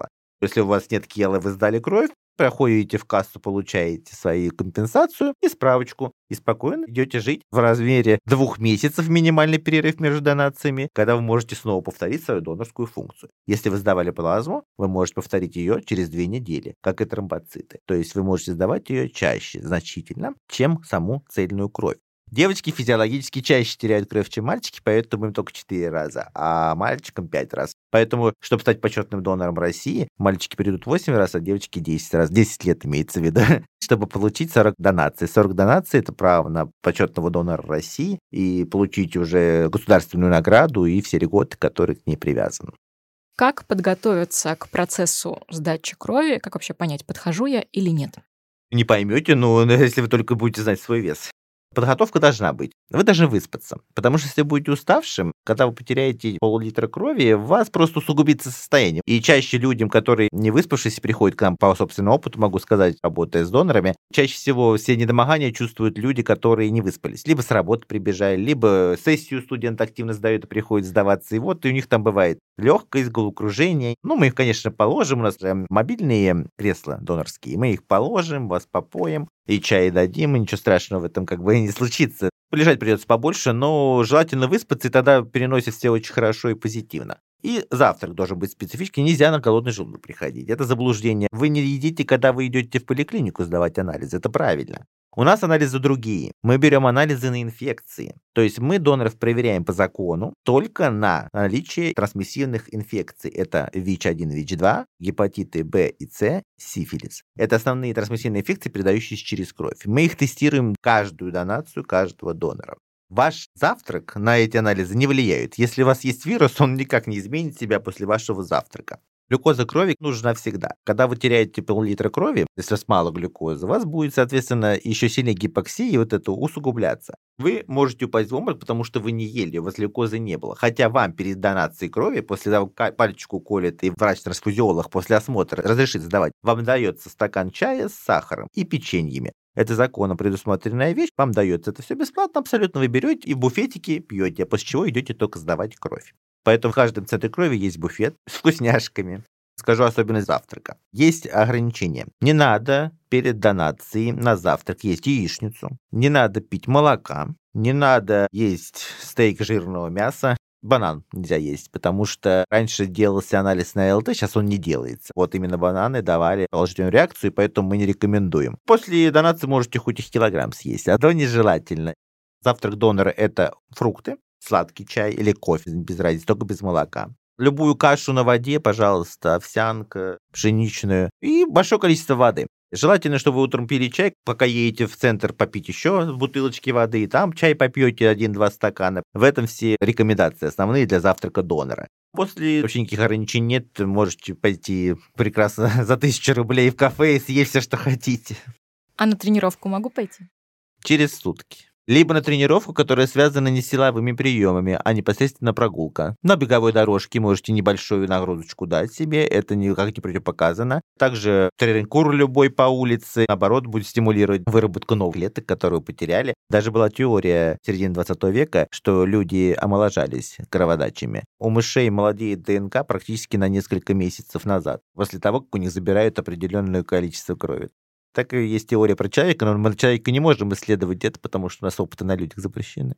Если у вас нет кела, вы сдали кровь, проходите в кассу, получаете свою компенсацию и справочку. И спокойно идете жить в размере 2 месяцев минимальный перерыв между донациями, когда вы можете снова повторить свою донорскую функцию. Если вы сдавали плазму, вы можете повторить ее через 2 недели, как и тромбоциты. То есть вы можете сдавать ее чаще, значительно, чем саму цельную кровь. Девочки физиологически чаще теряют кровь, чем мальчики, поэтому им только 4 раза, а мальчикам 5 раз. Поэтому, чтобы стать почетным донором России, мальчики придут 8 раз, а девочки 10 раз. 10 лет имеется в виду, чтобы получить 40 донаций. 40 донаций – это право на почетного донора России и получить уже государственную награду и все льготы, которые к ней привязаны. Как подготовиться к процессу сдачи крови? Как вообще понять, подхожу я или нет? Не поймете, если вы только будете знать свой вес. Подготовка должна быть. Вы должны выспаться. Потому что если будете уставшим, когда вы потеряете пол-литра крови, у вас просто усугубится состояние. И чаще людям, которые не выспавшись, приходят к нам по собственному опыту, могу сказать, работая с донорами, чаще всего все недомогания чувствуют люди, которые не выспались. Либо с работы прибежали, либо сессию студент активно сдает и приходит сдаваться. И вот и у них там бывает легкость, головокружение. Мы их, конечно, положим. У нас мобильные кресла донорские. Мы их положим, вас попоем и чай дадим, и ничего страшного в этом не случится. Полежать придется побольше, но желательно выспаться, и тогда переносит все очень хорошо и позитивно. И завтрак должен быть специфический, нельзя на голодный желудок приходить. Это заблуждение. Вы не едите, когда вы идете в поликлинику сдавать анализы, это правильно. У нас анализы другие. Мы берем анализы на инфекции. То есть мы доноров проверяем по закону только на наличие трансмиссивных инфекций. Это ВИЧ-1, ВИЧ-2, гепатиты Б и С, сифилис. Это основные трансмиссивные инфекции, передающиеся через кровь. Мы их тестируем каждую донацию каждого донора. Ваш завтрак на эти анализы не влияет. Если у вас есть вирус, он никак не изменит себя после вашего завтрака. Глюкоза крови нужна всегда. Когда вы теряете пол-литра крови, если у вас мало глюкозы, у вас будет, соответственно, еще сильнее гипоксия и это усугубляться. Вы можете упасть в обморок, потому что вы не ели, у вас глюкозы не было. Хотя вам перед донацией крови, после того, как пальчик уколет и врач-трансфузиолог после осмотра разрешит сдавать, вам дается стакан чая с сахаром и печеньями. Это законом предусмотренная вещь, вам дается это все бесплатно, абсолютно вы берете и в буфетике пьете, после чего идете только сдавать кровь. Поэтому в каждом центре крови есть буфет с вкусняшками. Скажу особенность завтрака. Есть ограничения. Не надо перед донацией на завтрак есть яичницу, не надо пить молока, не надо есть стейк жирного мяса, банан нельзя есть, потому что раньше делался анализ на ЛТ, сейчас он не делается. Вот именно бананы давали положительную реакцию, и поэтому мы не рекомендуем. После донации можете хоть и килограмм съесть, а то нежелательно. Завтрак донора – это фрукты, сладкий чай или кофе, без разницы, только без молока. Любую кашу на воде, пожалуйста, овсянка, пшеничную и большое количество воды. Желательно, чтобы вы утром пили чай, пока едете в центр попить еще бутылочки воды, и там чай попьете 1-2 стакана. В этом все рекомендации основные для завтрака донора. После вообще никаких ограничений нет, можете пойти прекрасно за 1000 рублей в кафе и съесть все, что хотите. А на тренировку могу пойти? Через сутки. Либо на тренировку, которая связана не с силовыми приемами, а непосредственно прогулка. На беговой дорожке можете небольшую нагрузочку дать себе, это никак не противопоказано. Также тренинг-кур любой по улице, наоборот, будет стимулировать выработку новых клеток, которые вы потеряли. Даже была теория в середине 20 века, что люди омоложались кроводачами. У мышей молодеет ДНК практически на несколько месяцев назад, после того, как у них забирают определенное количество крови. Так и есть теория про человека, но мы на человека не можем исследовать это, потому что у нас опыты на людях запрещены.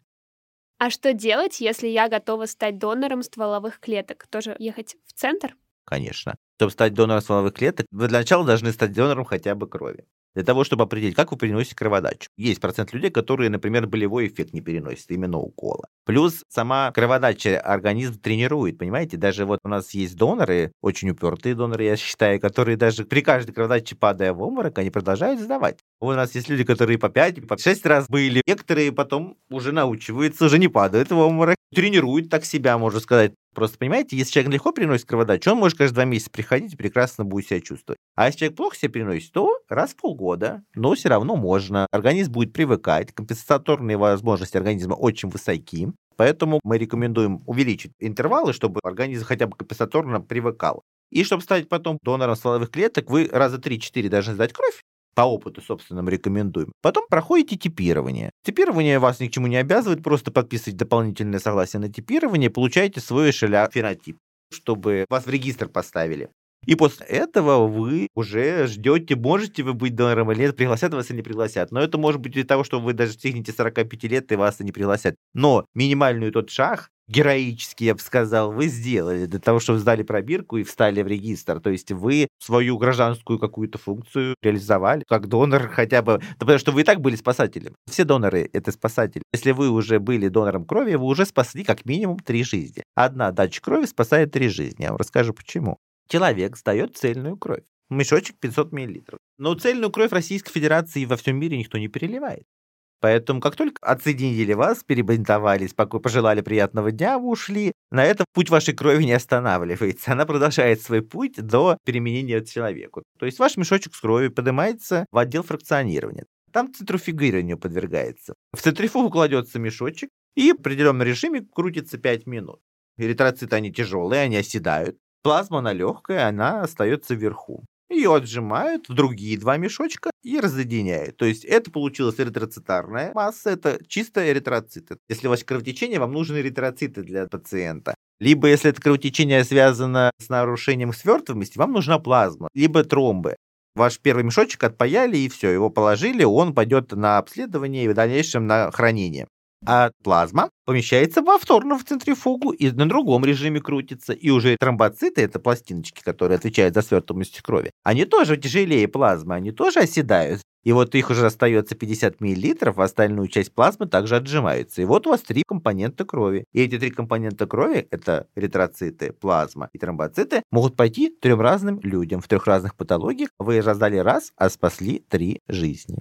А что делать, если я готова стать донором стволовых клеток? Тоже ехать в центр? Конечно. Чтобы стать донором стволовых клеток, вы для начала должны стать донором хотя бы крови. Для того, чтобы определить, как вы переносите кроводачу. Есть процент людей, которые, например, болевой эффект не переносят, именно укола. Плюс сама кроводача организм тренирует, понимаете? Даже вот у нас есть доноры, очень упертые доноры, я считаю, которые даже при каждой кроводаче, падая в обморок, они продолжают сдавать. У нас есть люди, которые по 5, по 6 раз были. Некоторые потом уже научиваются, уже не падают в обморок. Тренируют так себя, можно сказать. Просто, понимаете, если человек легко переносит кроводачу, он может каждые 2 месяца приходить и прекрасно будет себя чувствовать. А если человек плохо себя переносит, то раз в полгода, но все равно можно. Организм будет привыкать, компенсаторные возможности организма очень высоки. Поэтому мы рекомендуем увеличить интервалы, чтобы организм хотя бы компенсаторно привыкал. И чтобы стать потом донором стволовых клеток, вы раза 3-4 должны сдать кровь. По опыту, собственно, мы рекомендуем. Потом проходите типирование. Типирование вас ни к чему не обязывает, просто подписывайте дополнительное согласие на типирование, получаете свой эшеля-фенотип, чтобы вас в регистр поставили. И после этого вы уже ждете, можете вы быть донором или нет, пригласят вас или не пригласят. Но это может быть из-за того, что вы даже достигнете 45 лет, и вас и не пригласят. Но минимальный тот шаг, героический, я бы сказал, вы сделали для того, чтобы сдали пробирку и встали в регистр. То есть вы свою гражданскую какую-то функцию реализовали как донор хотя бы. Да потому что вы и так были спасателем. Все доноры — это спасатели. Если вы уже были донором крови, вы уже спасли как минимум 3 жизни. Одна дача крови спасает 3 жизни. Я вам расскажу, почему. Человек сдает цельную кровь. Мешочек 500 мл. Но цельную кровь Российской Федерации во всем мире никто не переливает. Поэтому, как только отсоединили вас, перебинтовали, пожелали приятного дня, вы ушли, на этом путь вашей крови не останавливается. Она продолжает свой путь до переменения человеку. То есть ваш мешочек с кровью поднимается в отдел фракционирования. Там центрифугированию подвергается. В центрифугу кладется мешочек и в определенном режиме крутится 5 минут. Эритроциты, они тяжелые, они оседают. Плазма, она легкая, она остается вверху. Ее отжимают в другие 2 мешочка и разъединяют. То есть это получилась эритроцитарная масса, это чисто эритроциты. Если у вас кровотечение, вам нужны эритроциты для пациента. Либо если это кровотечение связано с нарушением свертываемости, вам нужна плазма, либо тромбы. Ваш первый мешочек отпаяли, и все, его положили, он пойдет на обследование и в дальнейшем на хранение. А плазма помещается повторно в центрифугу и на другом режиме крутится. И уже тромбоциты, это пластиночки, которые отвечают за свертываемость крови, они тоже тяжелее плазмы, они тоже оседают. И вот их уже остается 50 мл, а остальную часть плазмы также отжимаются. И вот у вас 3 компонента крови. И эти 3 компонента крови, это эритроциты, плазма и тромбоциты, могут пойти 3 разным людям в 3 разных патологиях. Вы раздали раз, а спасли 3 жизни.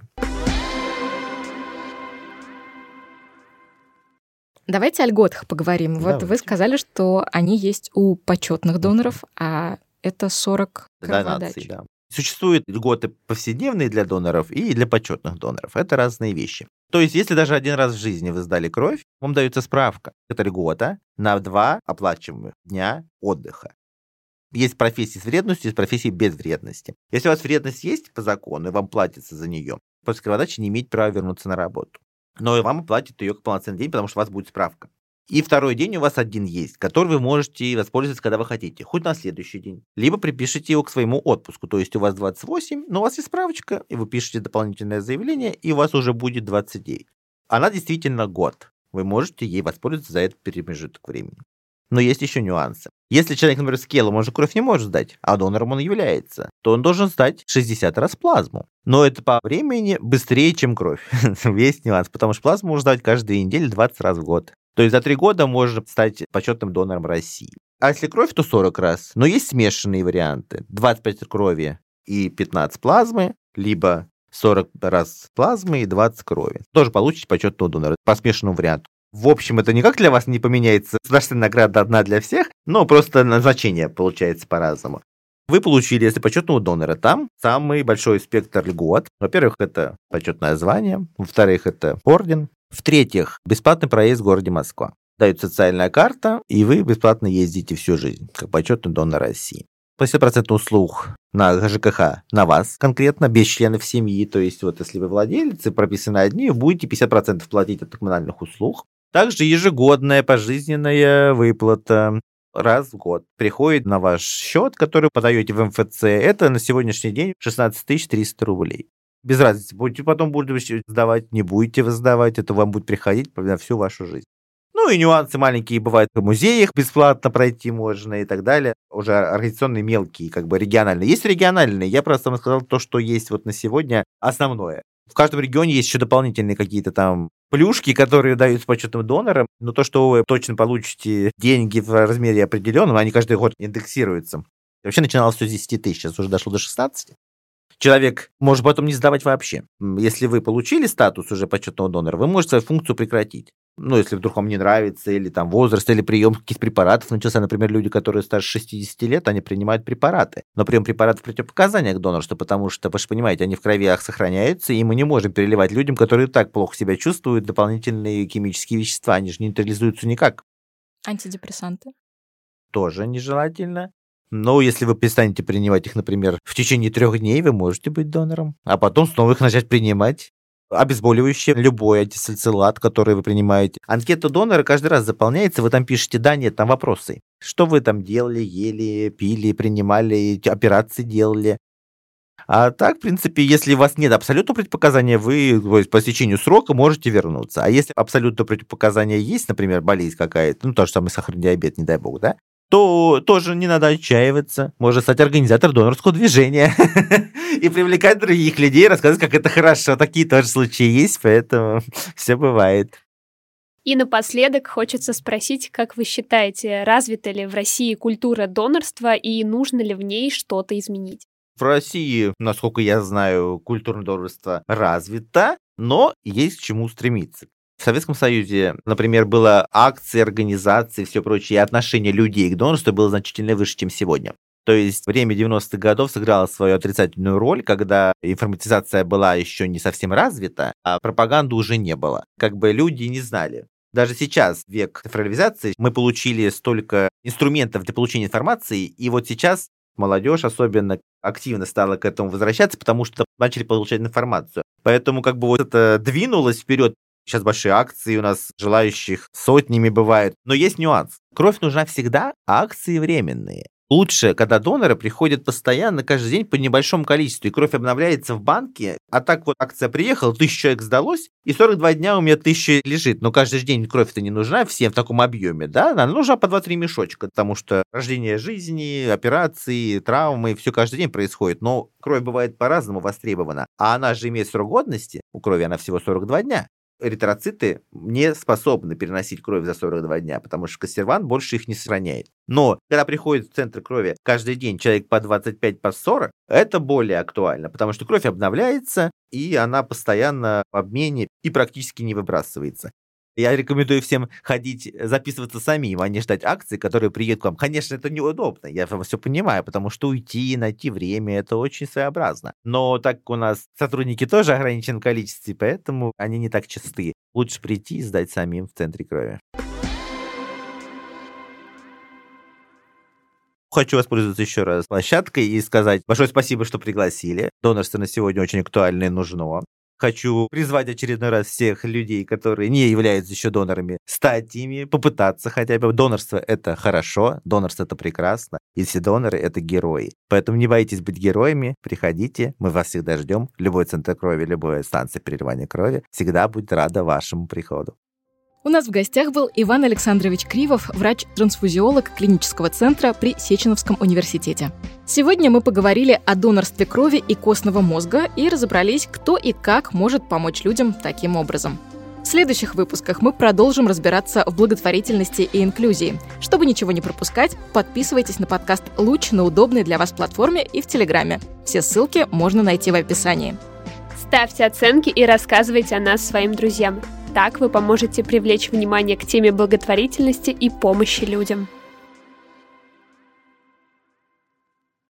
Давайте о льготах поговорим. Давайте. Вот вы сказали, что они есть у почетных доноров, а это 40 кроводач. Донаций, да. Существуют льготы повседневные для доноров и для почетных доноров. Это разные вещи. То есть, если даже один раз в жизни вы сдали кровь, вам дается справка. Это льгота на 2 оплачиваемых дня отдыха. Есть профессии с вредностью, есть профессии без вредности. Если у вас вредность есть по закону, и вам платится за нее, после кроводачи не имеете права вернуться на работу. Но и вам оплатят ее как полноценный день, потому что у вас будет справка. И второй день у вас один есть, который вы можете воспользоваться, когда вы хотите, хоть на следующий день. Либо припишите его к своему отпуску, то есть у вас 28, но у вас есть справочка, и вы пишете дополнительное заявление, и у вас уже будет 29. Она действительно год. Вы можете ей воспользоваться за этот промежуток времени. Но есть еще нюансы. Если человек, например, с келом, он же кровь не может сдать, а донором он является, то он должен сдать 60 раз плазму. Но это по времени быстрее, чем кровь. Есть нюанс, потому что плазму можно сдавать каждую неделю 20 раз в год. То есть за 3 года можно стать почетным донором России. А если кровь, то 40 раз. Но есть смешанные варианты. 25 крови и 15 плазмы, либо 40 раз плазмы и 20 крови. Тоже получите почетного донора по смешанному варианту. В общем, это никак для вас не поменяется. Государственная награда одна для всех, но просто назначение получается по-разному. Вы получили, если почетного донора, там самый большой спектр льгот. Во-первых, это почетное звание. Во-вторых, это орден. В-третьих, бесплатный проезд в городе Москва. Дают социальная карта, и вы бесплатно ездите всю жизнь, как почетный донор России. 50% услуг на ЖКХ на вас конкретно, без членов семьи. То есть, вот если вы владелец и прописаны одни, вы будете 50% платить от коммунальных услуг. Также ежегодная пожизненная выплата раз в год приходит на ваш счет, который подаете в МФЦ. Это на сегодняшний день 16 300 рублей. Без разницы, будете потом будете сдавать, не будете вы сдавать, это вам будет приходить на всю вашу жизнь. Ну и нюансы маленькие бывают в музеях, бесплатно пройти можно и так далее. Уже организационные мелкие, как бы региональные. Есть региональные, я просто вам сказал то, что есть вот на сегодня основное. В каждом регионе есть еще дополнительные какие-то там плюшки, которые даются почетным донорам, но то, что вы точно получите деньги в размере определенном, они каждый год индексируются. Вообще начиналось все с 10 тысяч, сейчас уже дошло до 16. Человек может потом не сдавать вообще. Если вы получили статус уже почетного донора, вы можете свою функцию прекратить. Ну, если вдруг вам не нравится, или там возраст, или прием каких-то препаратов начался. Например, люди, которые старше 60 лет, они принимают препараты. Но прием препаратов противопоказания к донорству, потому что, вы же понимаете, они в крови сохраняются, и мы не можем переливать людям, которые так плохо себя чувствуют, дополнительные химические вещества. Они же не нейтрализуются никак. Антидепрессанты? Тоже нежелательно. Но если вы перестанете принимать их, например, в течение 3 дней, вы можете быть донором, а потом снова их начать принимать. обезболивающее, любой антисальцилат, который вы принимаете. Анкета донора каждый раз заполняется, вы там пишете да, нет, там вопросы. Что вы там делали, ели, пили, принимали, операции делали. А так, в принципе, если у вас нет абсолютного противопоказания, вы по истечению срока можете вернуться. А если абсолютное противопоказание есть, например, болезнь какая-то, то же самое сахарный диабет, не дай бог, да, то тоже не надо отчаиваться. Можно стать организатором донорского движения и привлекать других людей, рассказывать, как это хорошо. Такие тоже случаи есть, поэтому все бывает. И напоследок хочется спросить, как вы считаете, развита ли в России культура донорства и нужно ли в ней что-то изменить? В России, насколько я знаю, культурное донорство развито, но есть к чему стремиться. В Советском Союзе, например, было акции, организации, все прочее, и отношение людей к донорству было значительно выше, чем сегодня. То есть время 90-х годов сыграло свою отрицательную роль, когда информатизация была еще не совсем развита, а пропаганды уже не было. Как бы люди не знали. Даже сейчас, век цифровизации, мы получили столько инструментов для получения информации, и вот сейчас молодежь особенно активно стала к этому возвращаться, потому что начали получать информацию. Поэтому как бы вот это двинулось вперед. Сейчас большие акции у нас, желающих сотнями бывает. Но есть нюанс. Кровь нужна всегда, а акции временные. Лучше, когда доноры приходят постоянно, каждый день по небольшому количеству, и кровь обновляется в банке, а так вот акция приехала, 1000 человек сдалось, и 42 дня у меня 1000 лежит. Но каждый день кровь-то не нужна всем в таком объеме, да? Она нужна по 2-3 мешочка, потому что рождение жизни, операции, травмы, все каждый день происходит. Но кровь бывает по-разному востребована, а она же имеет срок годности, у крови она всего 42 дня. Эритроциты не способны переносить кровь за 42 дня, потому что консервант больше их не сохраняет. Но когда приходит в центр крови каждый день человек по 25, по 40, это более актуально, потому что кровь обновляется, и она постоянно в обмене и практически не выбрасывается. Я рекомендую всем ходить, записываться самим, а не ждать акций, которые приедут к вам. Конечно, это неудобно, я все понимаю, потому что уйти, найти время, это очень своеобразно. Но так как у нас сотрудники тоже ограничены в количестве, поэтому они не так часты. Лучше прийти и сдать самим в центре крови. Хочу воспользоваться еще раз площадкой и сказать большое спасибо, что пригласили. Донорство на сегодня очень актуально и нужно. Хочу призвать очередной раз всех людей, которые не являются еще донорами, стать ими, попытаться хотя бы. Донорство – это хорошо, донорство – это прекрасно, и все доноры – это герои. Поэтому не бойтесь быть героями, приходите, мы вас всегда ждем. Любой центр крови, любая станция переливания крови всегда будет рада вашему приходу. У нас в гостях был Иван Александрович Кривов, врач-трансфузиолог клинического центра при Сеченовском университете. Сегодня мы поговорили о донорстве крови и костного мозга и разобрались, кто и как может помочь людям таким образом. В следующих выпусках мы продолжим разбираться в благотворительности и инклюзии. Чтобы ничего не пропускать, подписывайтесь на подкаст «Луч» на удобной для вас платформе и в Телеграме. Все ссылки можно найти в описании. Ставьте оценки и рассказывайте о нас своим друзьям. Так вы поможете привлечь внимание к теме благотворительности и помощи людям.